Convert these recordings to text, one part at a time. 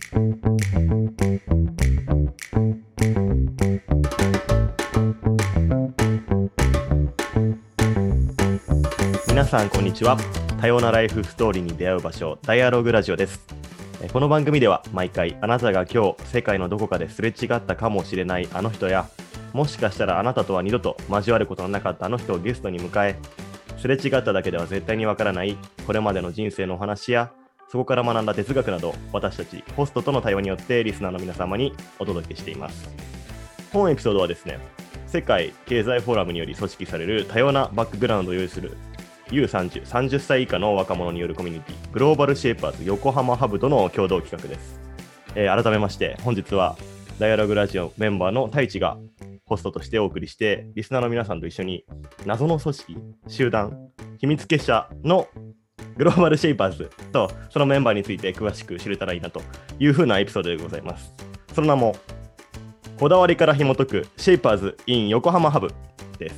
皆さんこんにちは。多様なライフストーリーに出会う場所、ダイアログラジオです。この番組では毎回あなたが今日世界のどこかですれ違ったかもしれないあの人や、もしかしたらあなたとは二度と交わることのなかったあの人をゲストに迎え、すれ違っただけでは絶対にわからないこれまでの人生のお話や、そこから学んだ哲学など、私たちホストとの対話によってリスナーの皆様にお届けしています。本エピソードはですね、世界経済フォーラムにより組織される多様なバックグラウンドを有する U30、30歳以下の若者によるコミュニティグローバルシェイパーズ横浜ハブとの共同企画です。改めまして本日はダイアログラジオメンバーの太一がホストとしてお送りして、リスナーの皆さんと一緒に謎の組織、集団、秘密結社のグローバルシェイパーズとそのメンバーについて詳しく知れたらいいなという風なエピソードでございます。その名もこだわりから紐解くシェイパーズ in 横浜ハブです。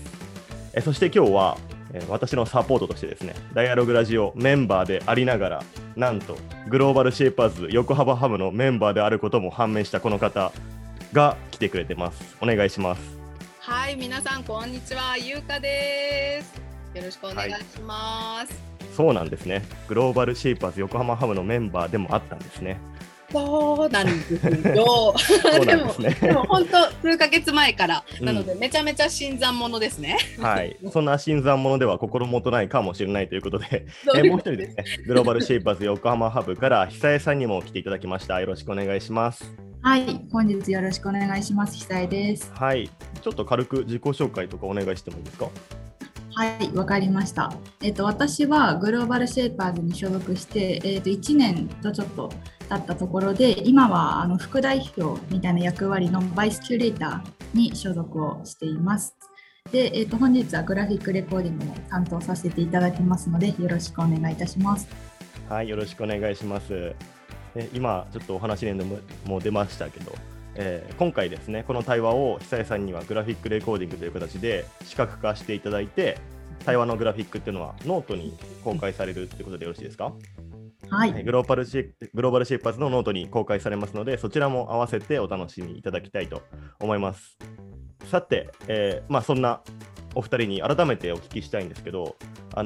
そして今日は私のサポートとしてですね、ダイアログラジオメンバーでありながら、なんとグローバルシェイパーズ横浜ハブのメンバーであることも判明したこの方が来てくれてます。お願いします。 はい、皆さんこんにちは、ゆうかです。よろしくお願いします。 そうなんですね。グローバルシェイパーズ横浜ハブのメンバーでもあったんですね。 そうなんですよ。でも本当数ヶ月前から、なのでめちゃめちゃ新参者ですね。 はい、そんな新参者では心もとないかもしれないということで、もう一人ですね、グローバルシェイパーズ横浜ハブから久江さんにも来ていただきました。よろしくお願いします。 はい、本日よろしくお願いします。久江です。 はい、ちょっと軽く自己紹介とかお願いしてもいいですか？ はい、わかりました。私はグローバルシェイパーズに所属して、1年とちょっと経ったところで、今は副代表みたいな役割のバイスキュレーターに所属をしています。で、本日はグラフィックレコーディングも担当させていただきますので、よろしくお願いいたします。 はい、よろしくお願いします。今ちょっとお話にも出ましたけど、今回ですね、この対話を久江さんにはグラフィックレコーディングという形で視覚化していただいて、対話のグラフィックっていうのはノートに公開されるということでよろしいですか？ はい、 グローバルシェイパーズのノートに公開されますので、そちらも合わせてお楽しみいただきたいと思います。さて、そんなお二人に改めてお聞きしたいんですけど、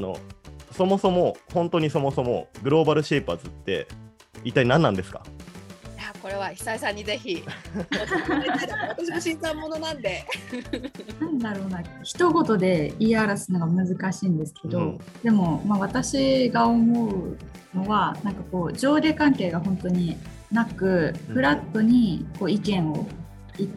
本当にそもそもグローバルシェイパーズって一体何なんですか？ いや、これは久江さんにぜひ私も新参者なんでなんだろうな、一言で言い表すのが難しいんですけど、でも、私が思うのはなんかこう上下関係が本当になく、フラットにこう意見を言って、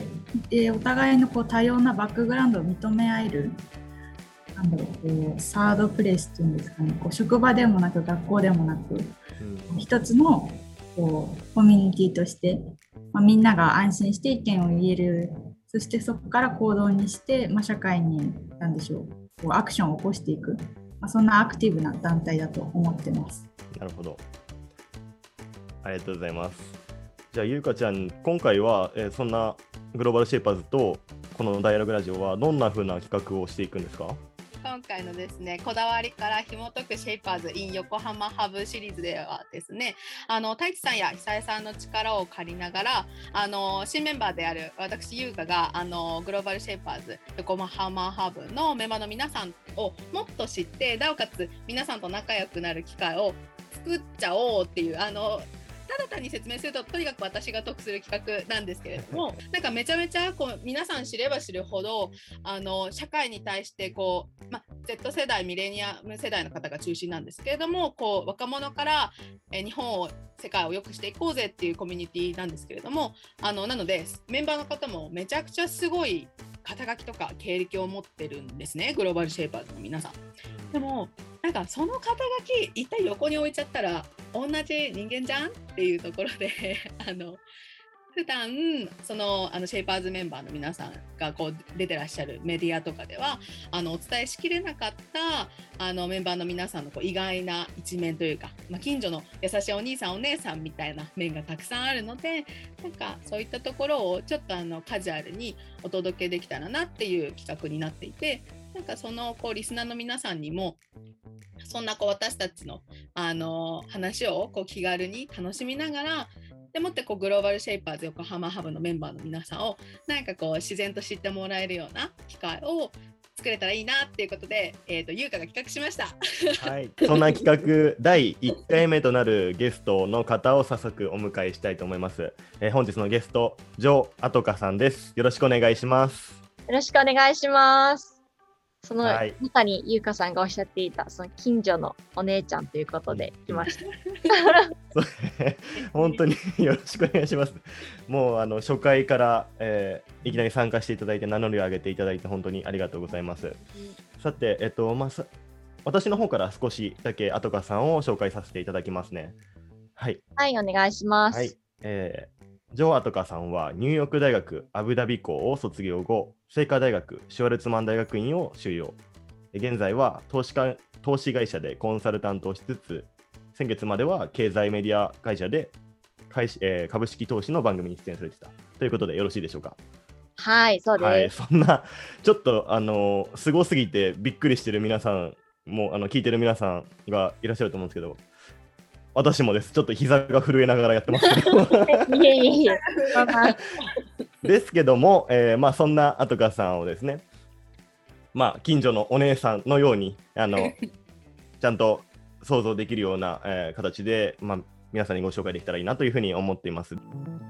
でお互いのこう多様なバックグラウンドを認め合える、なんだろう、こうサードプレイスっていうんですかね、こう職場でもなく学校でもなく、一つのこうコミュニティとして、みんなが安心して意見を言える、そしてそこから行動にして、社会に何でしょう、こうアクションを起こしていく、そんなアクティブな団体だと思ってます。 なるほど、ありがとうございます。じゃあゆうかちゃん、今回は、そんなグローバルシェイパーズとこのダイアログラジオはどんな風な企画をしていくんですか？ 今回のですね、こだわりから紐解くシェイパーズ in 横浜ハブシリーズではですね、太一さんや久江さんの力を借りながら、新メンバーである私優香がグローバルシェイパーズ横浜ハブのメンバーの皆さんをもっと知って、なおかつ皆さんと仲良くなる機会を作っちゃおうっていう、ただ単に説明するととにかく私が得する企画なんですけれども、なんかめちゃめちゃこう皆さん知れば知るほど社会に対してこう、Z 世代ミレニアム世代の方が中心なんですけれども、こう若者から日本を世界を良くしていこうぜっていうコミュニティなんですけれども、なのでメンバーの方もめちゃくちゃすごい肩書きとか経歴を持ってるんですね、グローバルシェイパーズの皆さん。でもなんかその肩書き一体横に置いちゃったら同じ人間じゃんっていうところで普段そのシェイパーズメンバーの皆さんがこう出てらっしゃるメディアとかではお伝えしきれなかったメンバーの皆さんのこう意外な一面というか、近所の優しいお兄さんお姉さんみたいな面がたくさんあるので、なんかそういったところをちょっとカジュアルにお届けできたらなっていう企画になっていて、なんかそのこうリスナーの皆さんにもそんなこう私たちの話をこう気軽に楽しみながらでもってこうグローバルシェイパーズ横浜ハブのメンバーの皆さんをなんかこう自然と知ってもらえるような機会を作れたらいいなっていうことで、優香が企画しました。 はい、そんな企画第1回目となるゲストの方を早速お迎えしたいと思います。本日のゲスト、ジョー・アトカさんです。よろしくお願いします。 よろしくお願いします。そのはい、 中に優香さんがおっしゃっていたその近所のお姉ちゃんということで来ました。 本当によろしくお願いします。もう初回から、いきなり参加していただいて名乗りを上げていただいて本当にありがとうございます。さて、私の方から少しだけアトカさんを紹介させていただきますね。はい、 はい、お願いします。 はい、ジョー・アトカさんはニューヨーク大学アブダビ校を卒業後、清華大学シュワルツマン大学院を修了。現在は投資会社でコンサルタントをしつつ、先月までは経済メディア会社で株式投資の番組に出演されていたということでよろしいでしょうか。 はい、そうです。 はい、そんなちょっとすごすぎてびっくりしてる皆さんも聞いてる皆さんがいらっしゃると思うんですけど、私もです。ちょっと膝が震えながらやってますけどいえいえですけども、そんなアトカさんをですね、近所のお姉さんのようにちゃんと想像できるような、形で、皆さんにご紹介できたらいいなというふうに思っています。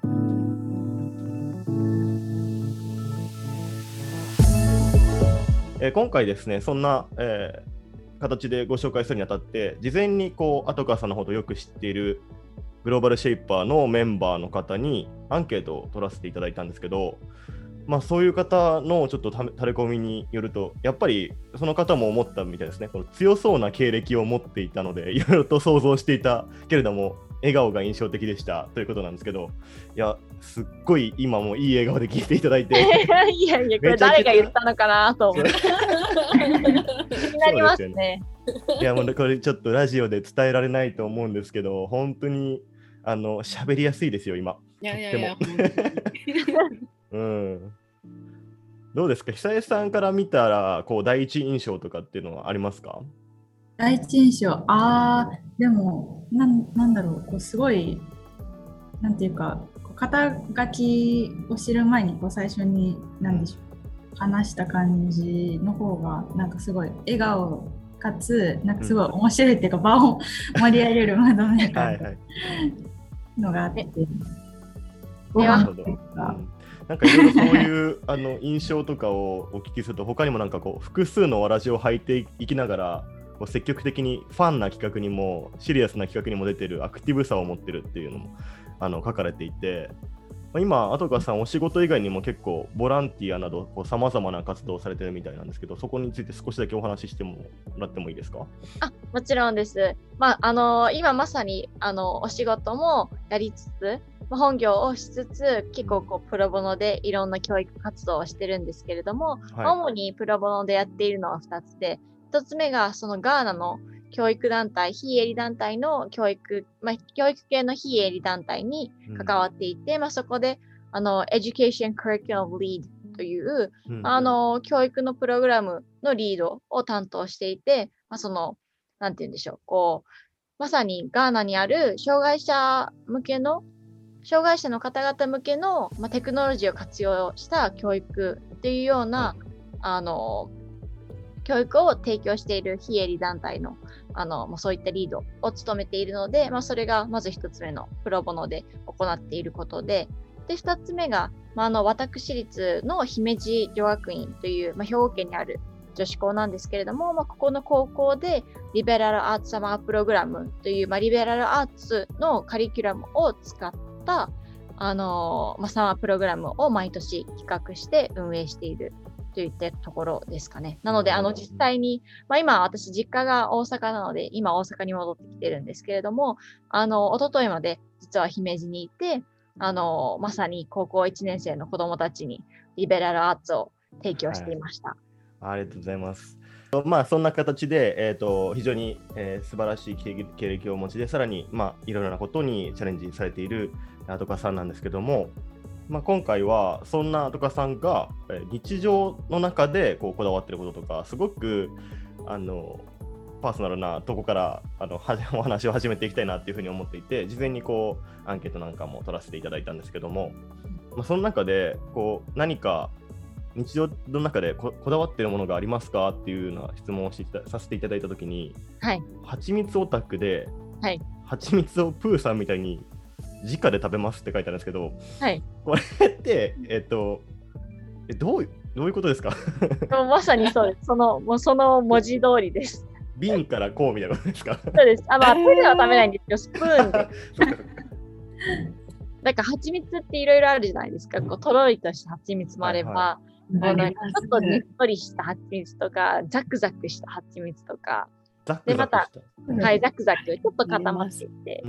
今回ですね、そんな、形でご紹介するにあたって、事前にアトカさんのことをよく知っているグローバルシェイパーのメンバーの方にアンケートを取らせていただいたんですけど、そういう方のちょっと垂れ込みによると、やっぱりその方も思ったみたいですね。この強そうな経歴を持っていたので、いろいろと想像していたけれども、笑顔が印象的でしたということなんですけど、いや、すっごい今もいい笑顔で聞いていただいていやいや、これ誰が言ったのかなと思って気になりますね。 いや、もうこれちょっとラジオで伝えられないと思うんですけど、本当に喋りやすいですよ今。 いやいやいやうん、どうですか、久江さんから見たら第一印象とかっていうのはありますか？ 第一印象、でもなんだろう、すごいなんていうか、肩書きを知る前に最初に何でしょう、話した感じの方がなんかすごい笑顔かつなんかすごい面白いっていうか、場を盛り上げるまとめたのがあって、ご飯とか。 なんかいろいろそういう印象とかをお聞きすると、他にもなんか複数のわらじを履いていきながら積極的にファンな企画にもシリアスな企画にも出てるアクティブさを持ってるっていうのも書かれていて、今アトカさんお仕事以外にも結構ボランティアなどさまざまな活動をされてるみたいなんですけど、そこについて少しだけお話ししてもらってもいいですか？ もちろんです。今まさにお仕事もやりつつ、本業をしつつ結構プロボノでいろんな教育活動をしてるんですけれども、主にプロボノでやっているのは2つで、1つ目がそのガーナの教育団体、非営利団体の教育系の非営利団体に関わっていて、そこでEducation Curriculum Lead という、教育のプログラムのリードを担当していて、なんて言うんでしょう、まさにガーナにある障害者の方々向けの、テクノロジーを活用した教育っていうような、教育を提供している非営利団体の、そういったリードを務めているので、それがまず一つ目のプロボノで行っていることで、二つ目が、私立の姫路女学院という、兵庫県にある女子校なんですけれども、ここの高校でリベラルアーツサマープログラムという、リベラルアーツのカリキュラムを使ったサマープログラムを毎年企画して運営しているといったところですかね。なので実際に、今私実家が大阪なので今大阪に戻ってきてるんですけれども、一昨日まで実は姫路にいて、まさに高校1年生の子どもたちにリベラルアーツを提供していました。 ありがとうございます。そんな形で、非常に、素晴らしい経歴をお持ちで、さらに、いろいろなことにチャレンジされているアトカさんなんですけども、今回はそんなアトカさんが日常の中でこだわっていることとか、すごくパーソナルなとこからお話を始めていきたいなっていうふうに思っていて、事前にこうアンケートなんかも取らせていただいたんですけども、その中でこう何か日常の中でこだわっているものがありますかっていうような質問をさせていただいたときに、 はい、 蜂蜜オタクで、 はい、 蜂蜜をプーさんみたいに直で食べますって書いてあるんですけど、 はい、 これってどういうことですか？ まさにそうです。その文字通りです。 瓶からこうみたいなことですか？ そうです。手では食べないんですけど、スプーンで。なんか蜂蜜っていろいろあるじゃないですか。こうとろりとした蜂蜜もあれば、なんかちょっとねっとりした蜂蜜とか、ザクザクした蜂蜜とか、でまた、はい、ザクザクちょっと固まっていて、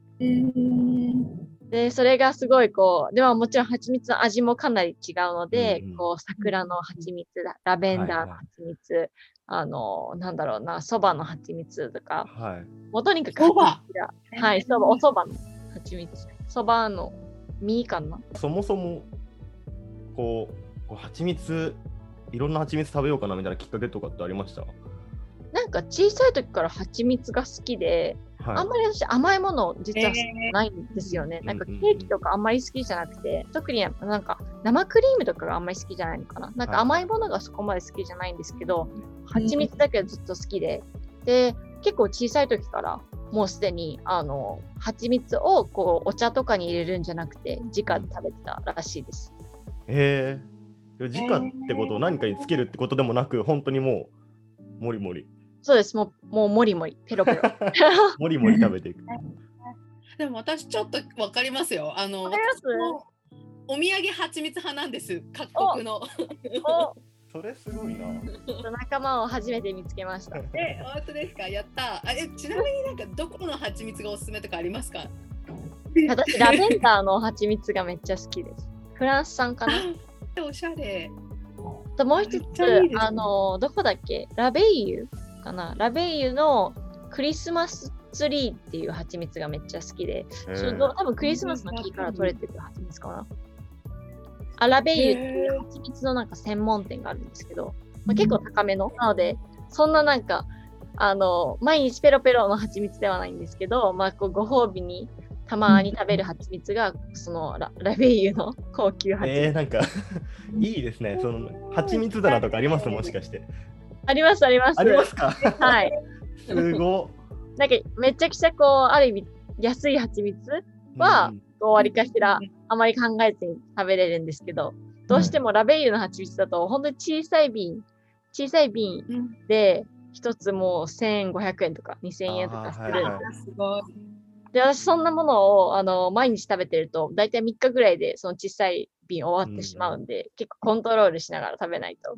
でそれがすごいこう、でももちろん蜂蜜の味もかなり違うので、こう桜の蜂蜜、ラベンダーの蜂蜜、なんだろうな、そばの蜂蜜とか、もうとにかくそば、 はい、おそばの蜂蜜、そばの実かな。 そもそもこう蜂蜜、いろんな蜂蜜食べようかなみたいなきっかけとかってありました？ なんか小さい時から蜂蜜が好きで、あんまり私甘いもの実はないんですよね。なんかケーキとかあんまり好きじゃなくて、特になんか生クリームとかがあんまり好きじゃないのかな。なんか甘いものがそこまで好きじゃないんですけど、蜂蜜だけはずっと好きで、で結構小さい時からもうすでに蜂蜜をこうお茶とかに入れるんじゃなくて直で食べてたらしいです。 へえ。直ってことを何かにつけるってことでもなく、本当にもうもりもり。 そうです。もうもりもりペロペロもりもり食べていく。 でも私ちょっとわかりますよ。私もお土産蜂蜜派なんです。各国の。 それすごいな。 仲間を初めて見つけました。 本当ですか？やった。ちなみになんかどこの蜂蜜がおすすめとかありますか？ 私ラベンダーの蜂蜜がめっちゃ好きです。フランス産かな。 おしゃれ。 ともう一つ、どこだっけ？ラベイユかな。ラベイユのクリスマスツリーっていう蜂蜜がめっちゃ好きで、多分クリスマスの木から取れてる蜂蜜かな。ラベイユっていう蜂蜜のなんか専門店があるんですけど、結構高めの。なので、そんななんか、毎日ペロペロの蜂蜜ではないんですけど、こうご褒美にたまに食べる蜂蜜が、そのラベイユの高級蜂蜜。 なんかいいですね。その蜂蜜棚とかあります？もしかして。 あります。ありますか？ はい。 すごい。なんかめちゃくちゃこう、ある意味安い蜂蜜は、わりかしらあまり考えずに食べれるんですけど、どうしてもラベイユの蜂蜜だと本当に小さい瓶で一つもう1500円とか2000円とかするんです。で、私そんなものを毎日食べてると大体3日ぐらいでその小さい瓶終わってしまうんで、結構コントロールしながら食べないと。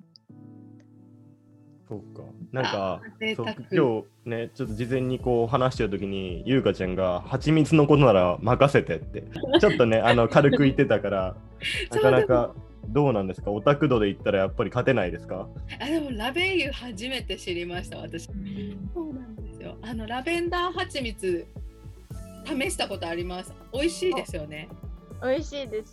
そうか。なんか今日ね、ちょっと事前にこう話してる時にゆうかちゃんが蜂蜜のことなら任せてってちょっとね軽く言ってたからなかなかどうなんですか？オタク度で言ったらやっぱり勝てないですか？ でもラベイユ初めて知りました私。そうなんですよ。ラベンダー蜂蜜試したことあります。美味しいですよね。 美味しいです。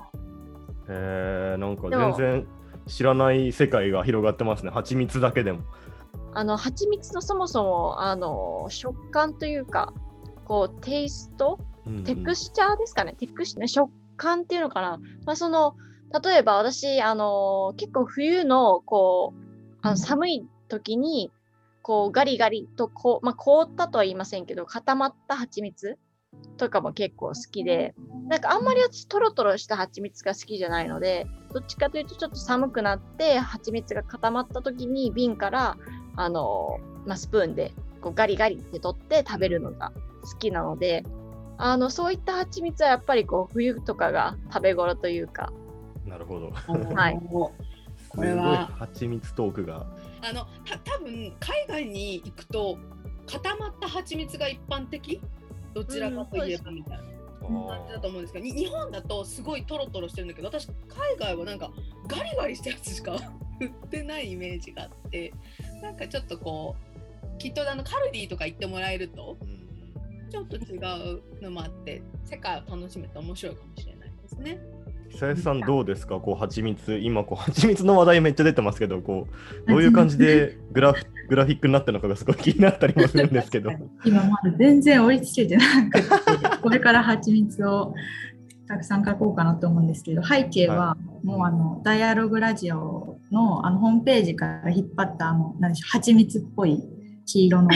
なんか全然知らない世界が広がってますね。蜂蜜だけでも。 蜂蜜のそもそも食感というか、こうテイスト、テクスチャーですかね。食感っていうのかな。例えば私結構冬のこう寒い時にこうガリガリと凍ったとは言いませんけど固まった蜂蜜とかも結構好きで、なんかあんまり私トロトロした蜂蜜が好きじゃないので、どっちかというとちょっと寒くなって蜂蜜が固まった時に瓶からスプーンでこうガリガリって取って食べるのが好きなので、そういった蜂蜜はやっぱりこう冬とかが食べ頃というか。 なるほど。 はい。 これは蜂蜜トークが多分海外に行くと固まった蜂蜜が一般的、どちらかといえばみたいな感じだと思うんですけど、日本だとすごいトロトロしてるんだけど、私海外はなんかガリガリしたやつしか売ってないイメージがあって、なんかちょっとこうきっとカルディとか行ってもらえるとちょっと違うのもあって世界を楽しめて面白いかもしれないですね。 久江さんどうですか？こう蜂蜜、今こう蜂蜜の話題めっちゃ出てますけど、こうどういう感じでグラフグラフィックになったのかがすごい気になったりもするんですけど。 今まだ全然追いつけてなくて、これから蜂蜜をたくさん書こうかなと思うんですけど、背景はもうダイアログラジオのホームページから引っ張ったなんでしょう、蜂蜜っぽい黄色の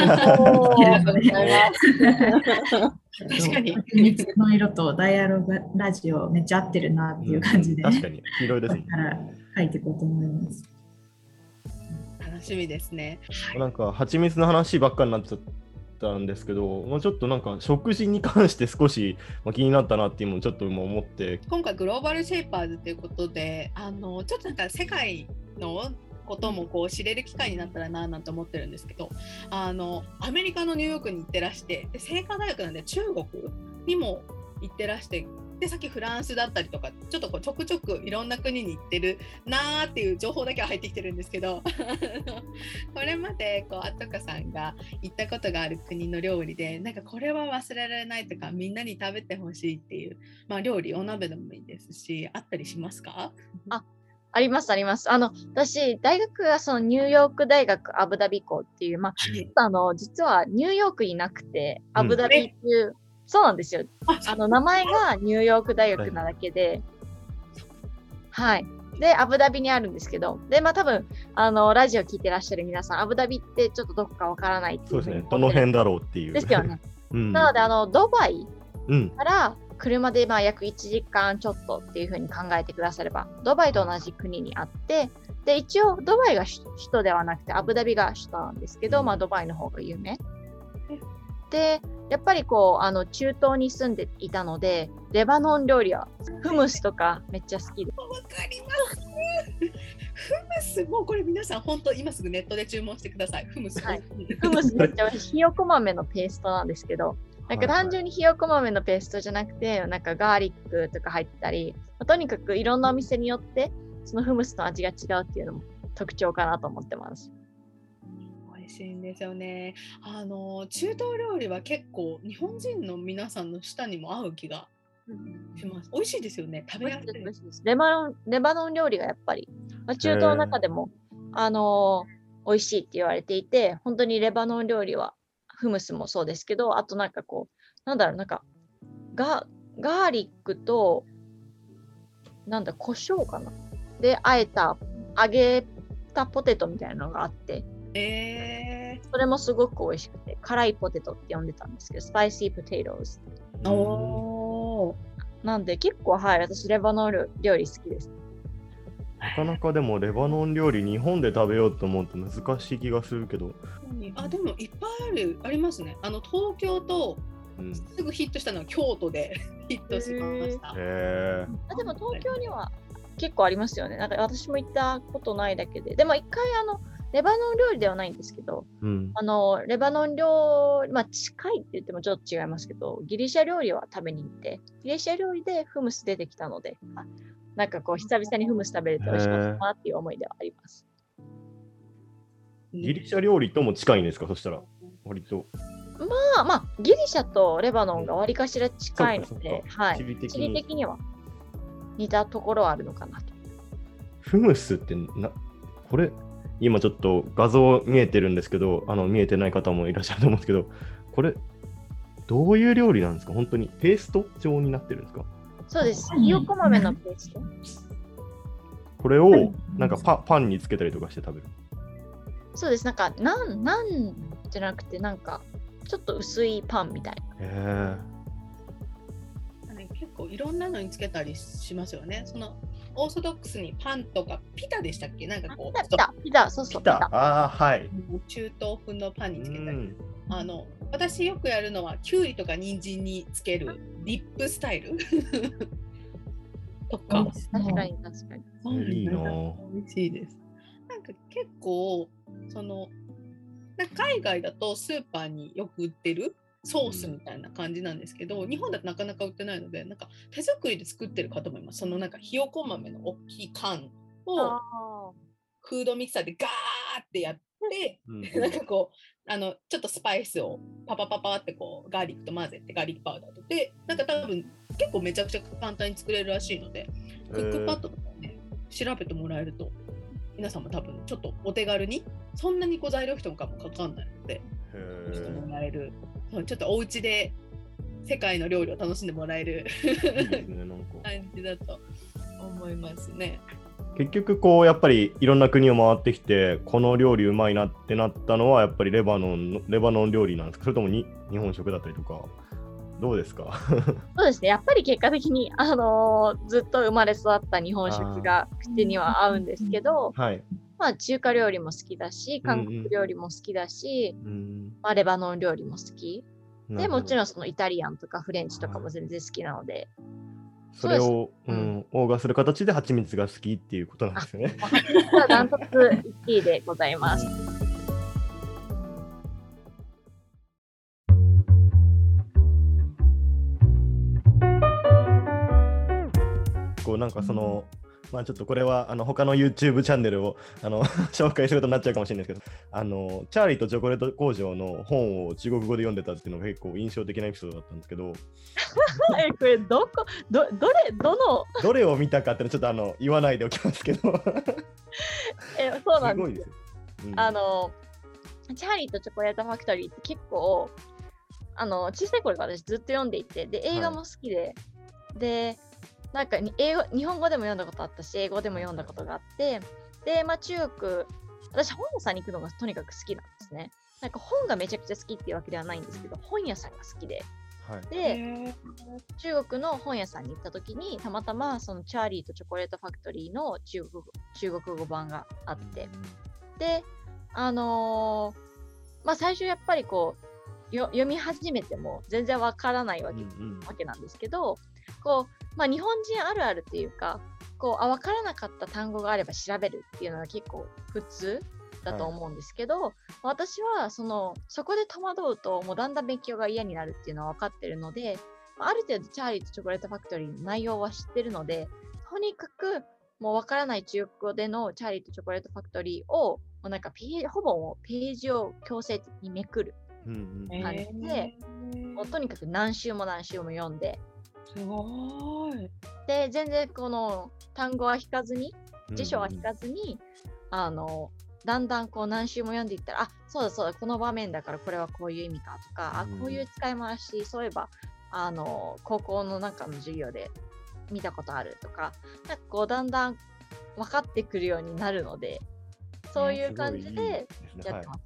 確かに蜂蜜の色とダイアログラジオめっちゃ合ってるなっていう感じで、 確かに黄色いですね。 から書いていこうと思います。 楽しみですね。 なんか蜂蜜の話ばっかりになっちゃったんですけど、もうちょっとなんか食事に関して少し気になったなっていうのをちょっと今思って、 今回グローバルシェイパーズということでちょっとなんか世界のこともこう知れる機会になったらななんて思ってるんですけど、アメリカのニューヨークに行ってらして、で清華大学なんで中国にも行ってらして、でさっきフランスだったりとかちょっとこうちょくちょくいろんな国に行ってるなーっていう情報だけは入ってきてるんですけどこれまでこうあとかさんが行ったことがある国の料理でなんかこれは忘れられないとかみんなに食べてほしいっていう、料理お鍋でもいいですしあったりしますか？ ありますあります。私、大学はそのニューヨーク大学アブダビ校っていう、実はニューヨークになくて、アブダビっていう、そうなんですよ。名前がニューヨーク大学なだけで、はい。で、アブダビにあるんですけど、で、多分、ラジオ聞いてらっしゃる皆さん、アブダビってちょっとどこかわからないっていう。 そうですね。どの辺だろうっていう。 ですよね。なので、ドバイから車で約1時間ちょっとっていう風に考えてくだされば、ドバイと同じ国にあって、で、一応、ドバイが首都ではなくて、アブダビが首都なんですけど、ドバイの方が有名。で、やっぱりこう、中東に住んでいたので、レバノン料理は、フムスとかめっちゃ好きです。 わかります。フムス、もうこれ皆さん本当今すぐネットで注文してください。フムス。 はい、フムスめっちゃひよこ豆のペーストなんですけど、なんか単純にひよこ豆のペーストじゃなくて、なんかガーリックとか入ったり、とにかくいろんなお店によって、そのフムスの味が違うっていうのも特徴かなと思ってます。 美味しいんですよね。中東料理は結構日本人の皆さんの舌にも合う気がします。美味しいですよね。食べやすいです。 レバノン料理がやっぱり、中東の中でも、美味しいって言われていて、本当にレバノン料理は、フムスもそうですけど、あとなんかこう、なんかガーリックと、胡椒かなで、揚げたポテトみたいなのがあって、それもすごく美味しくて、辛いポテトって呼んでたんですけど、スパイシーポテトズ。なんで結構、私レバノン料理好きです。 なかなかでもレバノン料理日本で食べようと思うと難しい気がするけど。 でもいっぱいありますね。東京とすぐヒットしたのは京都でヒットしました。 でも東京には結構ありますよね。なんか私も行ったことないだけで。でも一回レバノン料理ではないんですけど、レバノン料理、近いって言ってもちょっと違いますけど、ギリシャ料理は食べに行って、ギリシャ料理でフムス出てきたので、なんかこう久々にフムス食べれて美味しかったなっていう思いではあります。 ギリシャ料理とも近いんですか？そしたら割と。 ギリシャとレバノンが割かしら近いので、地理的には似たところはあるのかなと。 フムスってこれ今ちょっと画像見えてるんですけど、見えてない方もいらっしゃると思うんですけど、これどういう料理なんですか？本当にペースト状になってるんですか？ そうです。ひよこ豆のペースト。 これをなんかパンにつけたりとかして食べる。 そうです。なんかナンじゃなくてなんかちょっと薄いパンみたいな。 結構いろんなのにつけたりしますよね。そのオーソドックスにパンとかピタでしたっけ？なんかこうピタ、そうそう。ピタ。 はい。 中東風のパンにつけたり。私よくやるのはキュウリとか人参につけるディップスタイルとか。 確かに。 いいな。 美味しいです。なんか結構なんか海外だとスーパーによく売ってるソースみたいな感じなんですけど、日本だとなかなか売ってないので、なんか手作りで作ってる方もいます。そのなんかひよこ豆の大きい缶をフードミキサーでガーってやって、なんかこうちょっとスパイスをパってこうガーリックと混ぜてガーリックパウダーとで、なんか多分結構めちゃくちゃ簡単に作れるらしいので、クックパッドとかね調べてもらえると皆さんも多分ちょっとお手軽にそんなに材料費とかもかかんないのでしてもらえる、ちょっとお家で世界の料理を楽しんでもらえるいいですね、なんか感じだと思いますね。 結局こうやっぱりいろんな国を回ってきてこの料理うまいなってなったのはやっぱりレバノン料理なんですか、それとも日本食だったりとかどうですか？ そうですね、やっぱり結果的に、ずっと生まれ育った日本食が口には合うんですけど、 はい、 まあ、中華料理も好きだし、韓国料理も好きだし、まあ、レバノン料理も好き。で、もちろんそのイタリアンとかフレンチとかも全然好きなので。 それを、オーガする形で蜂蜜が好きっていうことなんですよね。 蜂蜜はダントツ1位でございます。 こうなんかその、まあちょっとこれは他の YouTube チャンネルを紹介することになっちゃうかもしれないですけど、チャーリーとチョコレート工場の本を中国語で読んでたっていうのが結構印象的なエピソードだったんですけどこれどれを見たかってのちょっと言わないでおきますけどそうなんですよ。 すごいですよ、 チャーリーとチョコレートファクトリーって結構小さい頃から私ずっと読んでいて、で映画も好きで、でなんか日本語でも読んだことあったし、英語でも読んだことがあって、で、まあ、中国、私本屋さんに行くのがとにかく好きなんですね。なんか本がめちゃくちゃ好きっていうわけではないんですけど、本屋さんが好きで。 はい、 で、中国の本屋さんに行った時に、たまたまそのチャーリーとチョコレートファクトリーの中国語版があって、で、まあ、最初やっぱりこう、読み始めても全然わからないわけなんですけど、こう、まあ、日本人あるあるっていうか、こう分からなかった単語があれば調べるっていうのが結構普通だと思うんですけど、私はそこで戸惑うともうだんだん勉強が嫌になるっていうのは分かってるので、ある程度チャーリーとチョコレートファクトリーの内容は知ってるので、とにかくもう分からない中国語でのチャーリーとチョコレートファクトリーをもうなんかほぼページを強制的にめくる感じで、もうとにかく何週も読んで、 すごい。 で、全然この単語は引かずに、辞書は引かずに、だんだんこう何週も読んでいったら、あ、そうだ、この場面だからこれはこういう意味かとか、こういう使い回し、そういえば、高校の中の授業で見たことあるとか、なんかこうだんだん分かってくるようになるので、そういう感じでやってます。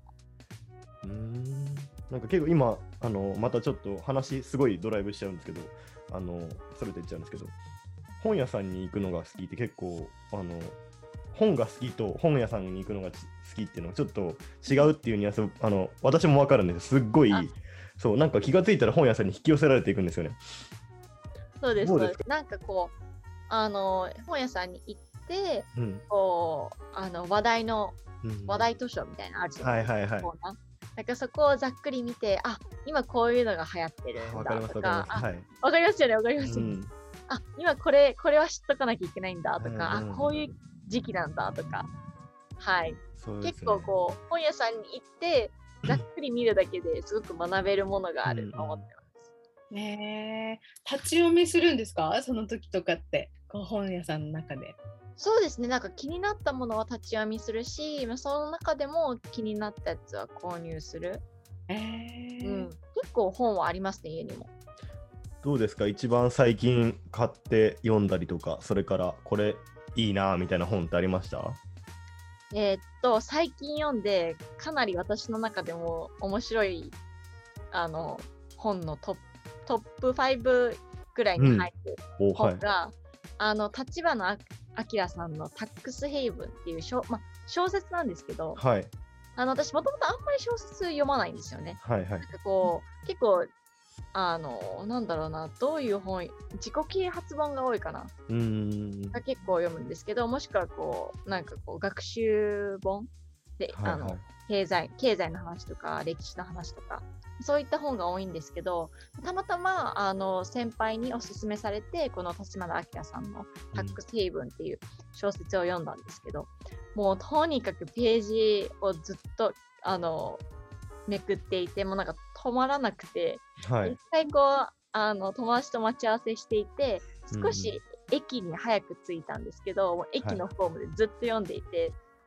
なんか結構今またちょっと話すごいドライブしちゃうんですけど、それと言っちゃうんですけど、本屋さんに行くのが好きって結構本が好きと本屋さんに行くのが好きっていうのがちょっと違うっていうニュアンス、私も分かるんです。すっごいそう、なんか気がついたら本屋さんに引き寄せられていくんですよね。 そうです。なんかこう本屋さんに行って、こう話題図書みたいなのあるじゃないですか。なんかそこをざっくり見て、あ、今こういうのが流行ってるんだとか、わかりますよね、あ、今これは知っとかなきゃいけないんだとか、あ、こういう時期なんだとか、はい。結構こう本屋さんに行ってざっくり見るだけですごく学べるものがあると思ってます。 立ち読みするんですか？その時とかって本屋さんの中で。 そうですね、なんか気になったものは立ち読みするし、その中でも気になったやつは購入する。結構本はありますね、家にも。 どうですか、一番最近買って読んだりとか、それからこれいいなみたいな本ってありました？ 最近読んでかなり私の中でも面白い本のトップ5くらいに入る本が、立花明さんのタックスヘイブンっていう小説なんですけど、私もともとあんまり小説読まないんですよね。なんかこう結構なんだろうな、どういう本、自己啓発本が多いかなが結構読むんですけど、もしくはこうなんかこう学習本で、経済の話とか歴史の話とかそういった本が多いんですけど、たまたま先輩におすすめされてこの立花明さんのタックスヘイブンっていう小説を読んだんですけど、もうとにかくページをずっとめくっていて、もうなんか止まらなくて、一回こう友達と待ち合わせしていて、少し駅に早く着いたんですけど、もう駅のホームでずっと読んでいて、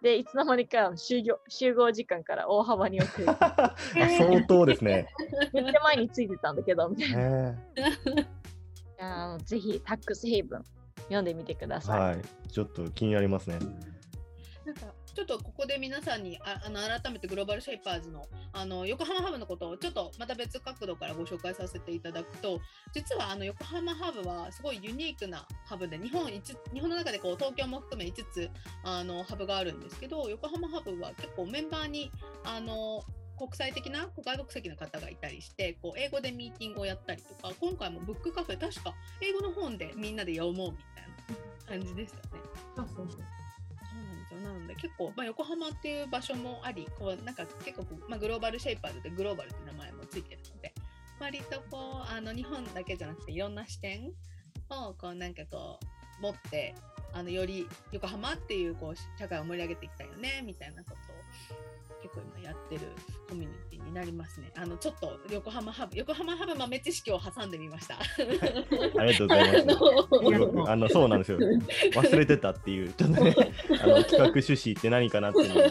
で、いつの間にか集合時間から大幅に遅れて相当ですね。 めっちゃ前についてたんだけどみたいな。ぜひタックスヘイブン読んでみてください。 はい、ちょっと気になりますね。 なんかちょっとここで皆さんに改めてグローバルシェイパーズの横浜ハブのことをちょっとまた別角度からご紹介させていただくと、実は横浜ハブはすごいユニークなハブで、日本の中でこう東京も含め5つハブがあるんですけど、横浜ハブは結構メンバーに国際的な外国籍の方がいたりして、こう英語でミーティングをやったりとか、今回もブックカフェ、確か英語の本でみんなで読もうみたいな感じでしたね。 そうそうそう。 なので結構、横浜っていう場所もあり、こうなんか結構、グローバルシェイパーズでグローバルって名前もついてるので、割とこう日本だけじゃなくていろんな視点をこうなんかこう持ってより横浜っていうこう社会を盛り上げていきたいよねみたいなことを結構今やってるコミュニティになりますね。ちょっと横浜ハブ豆知識を挟んでみました。 ありがとうございます。そうなんですよ。忘れてたっていう、ちょっとね、企画趣旨って何かなっていうの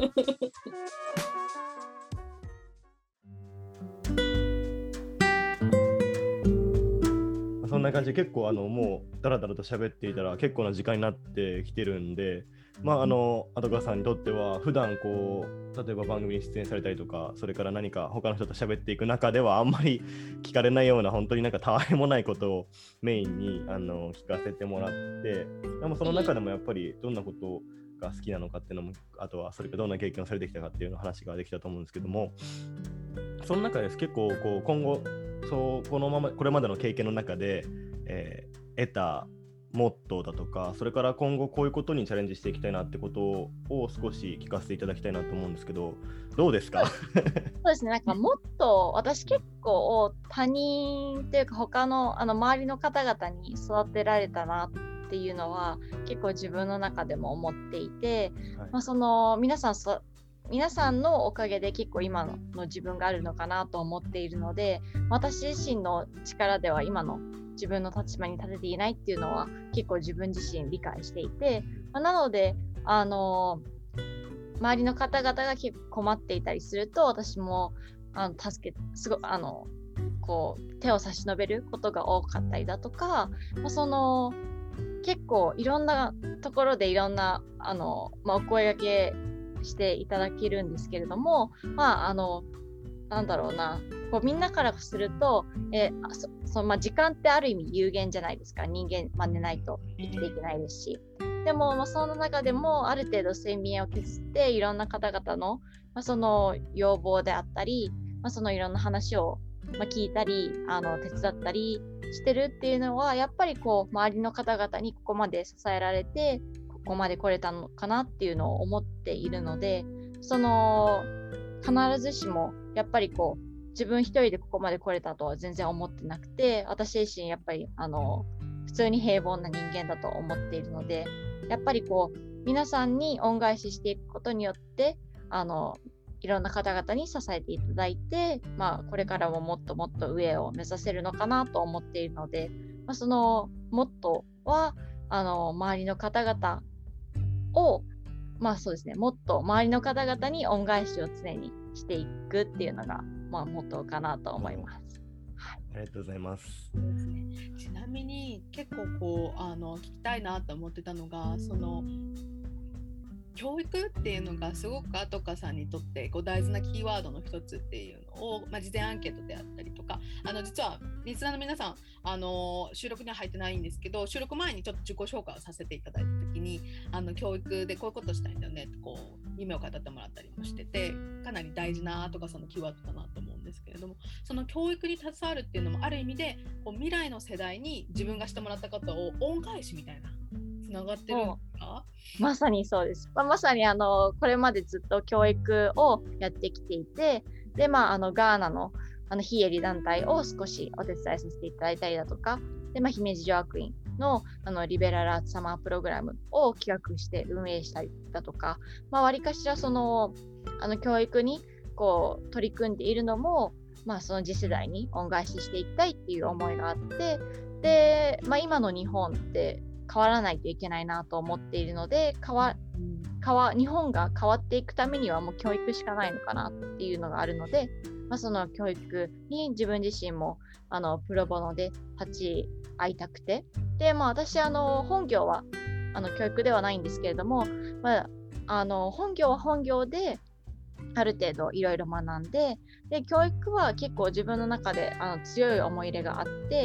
そんな感じで結構もうだらだらと喋っていたら結構な時間になってきてるんで、後川さんにとっては普段こう例えば番組に出演されたりとか、それから何か他の人と喋っていく中ではあんまり聞かれないような本当になんかたわいもないことをメインに聞かせてもらって、でもその中でもやっぱりどんなことが好きなのかっていうのも、あとはそれからどんな経験をされてきたかっていうの話ができたと思うんですけども、その中で結構こう今後これまでの経験の中で、得たモットーだとか、それから今後こういうことにチャレンジしていきたいなってことを少し聞かせていただきたいなと思うんですけど、どうですか？ そうですね、なんかもっと私結構他人というか他の周りの方々に育てられたなっていうのは結構自分の中でも思っていて、はい、その皆さんのおかげで結構今の自分があるのかなと思っているので、私自身の力では今の自分の立場に立てていないっていうのは結構自分自身理解していて、なので周りの方々が結構困っていたりすると、私もすごこう手を差し伸べることが多かったりだとか、結構いろんなところでいろんなお声掛けしていただけるんですけれども、なんだろうな、こうみんなからすると、時間ってある意味有限じゃないですか。人間寝ないと生きていけないですし、でも、その中でもある程度睡眠を削っていろんな方々の、その要望であったり、そのいろんな話を、聞いたり手伝ったりしてるっていうのは、やっぱりこう周りの方々にここまで支えられてここまで来れたのかなっていうのを思っているので、必ずしもやっぱりこう自分一人でここまで来れたとは全然思ってなくて、私自身やっぱり普通に平凡な人間だと思っているので、やっぱりこう皆さんに恩返ししていくことによっていろんな方々に支えていただいて、これからももっともっと上を目指せるのかなと思っているので、そのモットーは周りの方々をそうですね、もっと周りの方々に恩返しを常にしていくっていうのが、モットーかなと思います。 はい、ありがとうございます。 ちなみに結構こう聞きたいなと思ってたのが、教育っていうのがすごく後川さんにとってこう大事なキーワードの一つっていうのを、事前アンケートであったりとか、実はリスナーの皆さん収録には入ってないんですけど、収録前にちょっと自己紹介をさせていただいた時に教育でこういうことしたいんだよねってこう夢を語ってもらったりもしてて、かなり大事な後川さんのキーワードだなと思うんですけれども、その教育に携わるっていうのもある意味でこう未来の世代に自分がしてもらったことを恩返しみたいなつながってるんですか？ まさにそうです。まさにこれまでずっと教育をやってきていて、でガーナの非営利団体を少しお手伝いさせていただいたりだとか、で姫路女学院のリベラルアーツサマープログラムを企画して運営したりだとか、わりかしら教育にこう取り組んでいるのも、その次世代に恩返ししていきたいっていう思いがあって、で、今の日本って変わらないといけないなと思っているので、 日本が変わっていくためにはもう教育しかないのかなっていうのがあるので、その教育に自分自身もプロボノで立ち会いたくて、で、私本業は教育ではないんですけれども、本業は本業である程度いろいろ学んで、で教育は結構自分の中で強い思い入れがあって、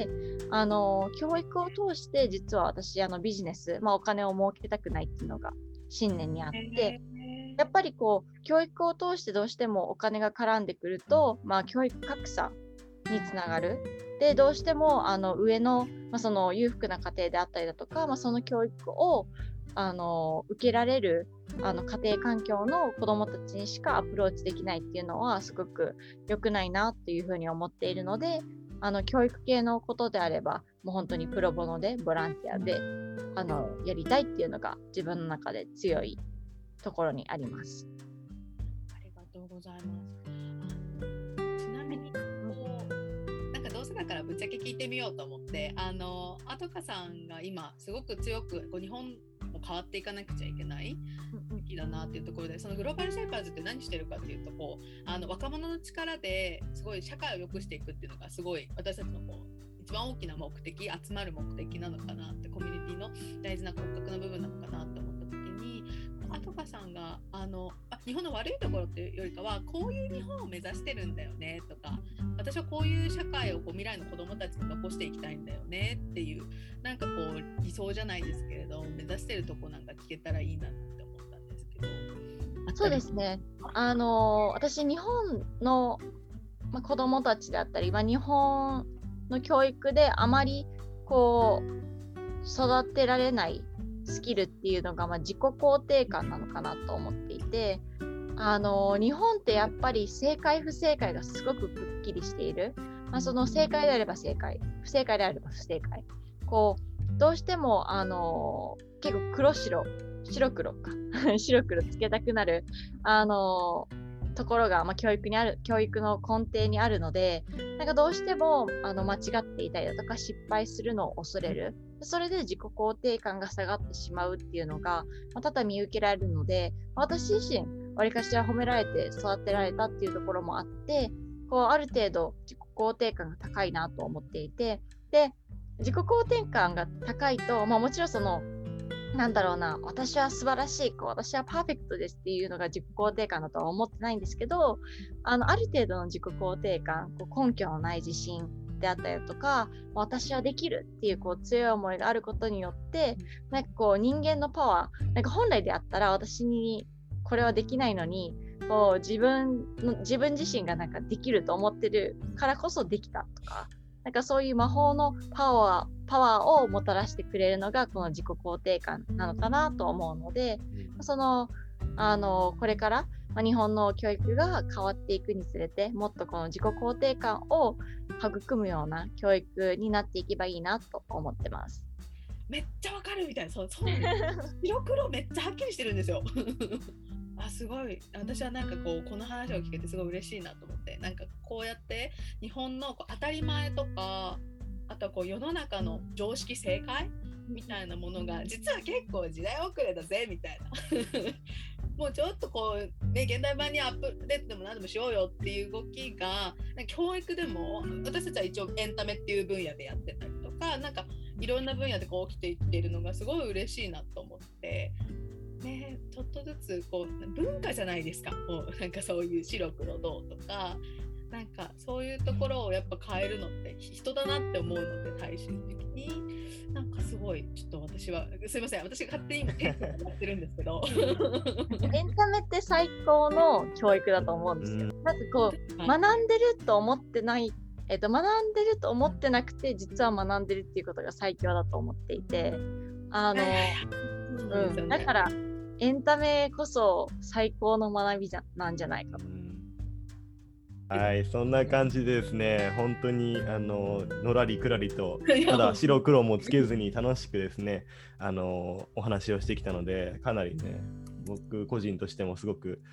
教育を通して実は私ビジネス、お金を儲けたくないっていうのが信念にあって、やっぱりこう教育を通してどうしてもお金が絡んでくると、教育格差につながる。でどうしても上の、その裕福な家庭であったりだとか、その教育を受けられる家庭環境の子どもたちにしかアプローチできないっていうのはすごく良くないなっていうふうに思っているので、教育系のことであればもう本当にプロボノでボランティアでやりたいっていうのが自分の中で強いところにあります。 ありがとうございます。ちなみになんかどうせだからぶっちゃけ聞いてみようと思って、アトカさんが今すごく強く日本も変わっていかなくちゃいけない時だなっていうところで、そのグローバルシェイパーズって何してるかっていうと、若者の力ですごい社会を良くしていくっていうのがすごい私たちの一番大きな目的、集まる目的なのかなって、コミュニティの大事な骨格の部分なのかなって思った時に、アトカさんが日本の悪いところっていうよりかはこういう日本を目指してるんだよねとか、私はこういう社会を未来の子どもたちに残していきたいんだよねっていう、なんか理想じゃないですけれど目指してるとこなんか聞けたらいいなって思ったんですけど。 そうですね、私日本の、子どもたちであったり、日本の教育であまり育てられないスキルっていうのが、自己肯定感なのかなと思っていて、日本ってやっぱり正解不正解がすごくくっきりしている。その正解であれば正解、不正解であれば不正解。どうしても結構白黒つけたくなるところが、教育の根底にあるので、なんかどうしても間違っていたりだとか失敗するのを恐れる。それで自己肯定感が下がってしまうっていうのが、多々見受けられるので、私自身わりかしは褒められて育てられたっていうところもあって、ある程度自己肯定感が高いなと思っていて、で自己肯定感が高いと、もちろん私は素晴らしい子、私はパーフェクトですっていうのが自己肯定感だとは思ってないんですけど、ある程度の自己肯定感、根拠のない自信であったりとか、私はできるっていう強い思いがあることによって、なんか人間のパワー、なんか本来であったら私にこれはできないのに、自分自身がなんかできると思ってるからこそできたとか、なんかそういう魔法のパワーをもたらしてくれるのがこの自己肯定感なのかなと思うので、これから、日本の教育が変わっていくにつれて、もっとこの自己肯定感を育むような教育になっていけばいいなと思ってます。 めっちゃわかるみたいな、そう白黒めっちゃはっきりしてるんですよ。すごい、私はなんかこの話を聞けてすごい嬉しいなと思って、なんかこうやって日本の当たり前とか、あとは世の中の常識正解みたいなものが実は結構時代遅れだぜみたいなもうちょっと現代版にアップデートでも何でもしようよっていう動きが教育でも、私たちは一応エンタメっていう分野でやってたりとか、なんかいろんな分野で起きていっているのがすごい嬉しいなと思って、ね、ちょっとずつ文化じゃないですか、なんかそういう白黒どうとか、なんかそういうところをやっぱ変えるのって人だなって思うので、大衆的になんかすごい、ちょっと私はすいません、私が勝手に今テンションやってるんですけどエンタメって最高の教育だと思うんですよ。なんか学んでると思ってない、学んでると思ってなくて実は学んでるっていうことが最強だと思っていて、だからエンタメこそ最高の学びなんじゃないかと。 はい、そんな感じですね。本当にのらりくらりと、ただ白黒もつけずに楽しくですね、お話をしてきたので、かなりね、僕個人としてもすごく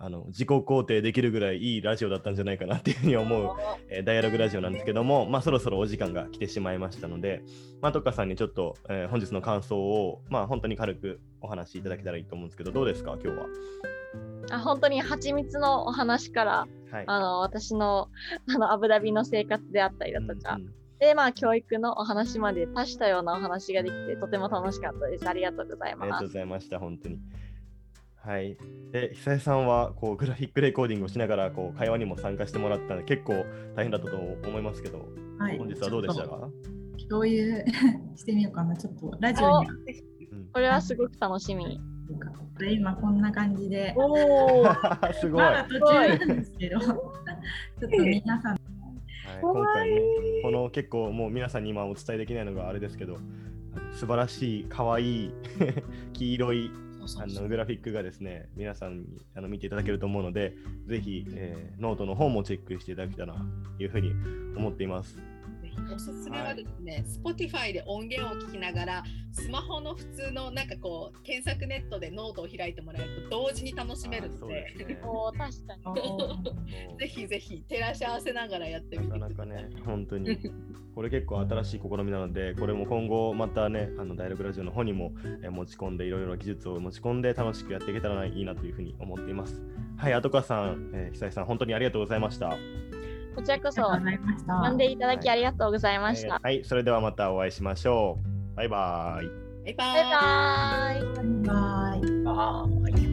自己肯定できるぐらいいいラジオだったんじゃないかなっていうふうに思う、ダイアログラジオなんですけども、そろそろお時間が来てしまいましたので、トカさんにちょっと、本日の感想を、本当に軽くお話しいただけたらいいと思うんですけど、どうですか、今日は。 本当に蜂蜜のお話から、私の、アブダビの生活であったりだとか、で、教育のお話まで多種多様なお話ができて、とても楽しかったです。ありがとうございます。 ありがとうございました、本当に。はい。で、久江さんはこうグラフィックレコーディングをしながらこう会話にも参加してもらったので、結構大変だったと思いますけど、本日はどうでしたか？ 共有してみようかな、ちょっとラジオに。 これはすごく楽しみ。 今こんな感じで。 すごい。 まだ途中なんですけど、ちょっと皆さん。 今回ね、この結構もう皆さんに今お伝えできないのがあれですけど、素晴らしい、かわいい、黄色いグラフィックがですね、皆さんに見ていただけると思うので、ぜひ、ノートの方もチェックしていただけたらというふうに思っています。 おすすめはですね、Spotify で音源を聞きながら、スマホの普通のなんかこう検索ネットでノートを開いてもらえると同時に楽しめるので、 確かにぜひぜひ照らし合わせながらやってみてください。 なかなかね、本当にこれ結構新しい試みなので、これも今後またね、ダイアログラジオの方にも持ち込んで、いろいろ技術を持ち込んで楽しくやっていけたらいいなというふうに思っています。はい、後川さん、久江さん、本当にありがとうございました。 こちらこそ、呼んでいただきありがとうございました。 はい、それではまたお会いしましょう。バイバイ。 バイバイ。 バイバイ。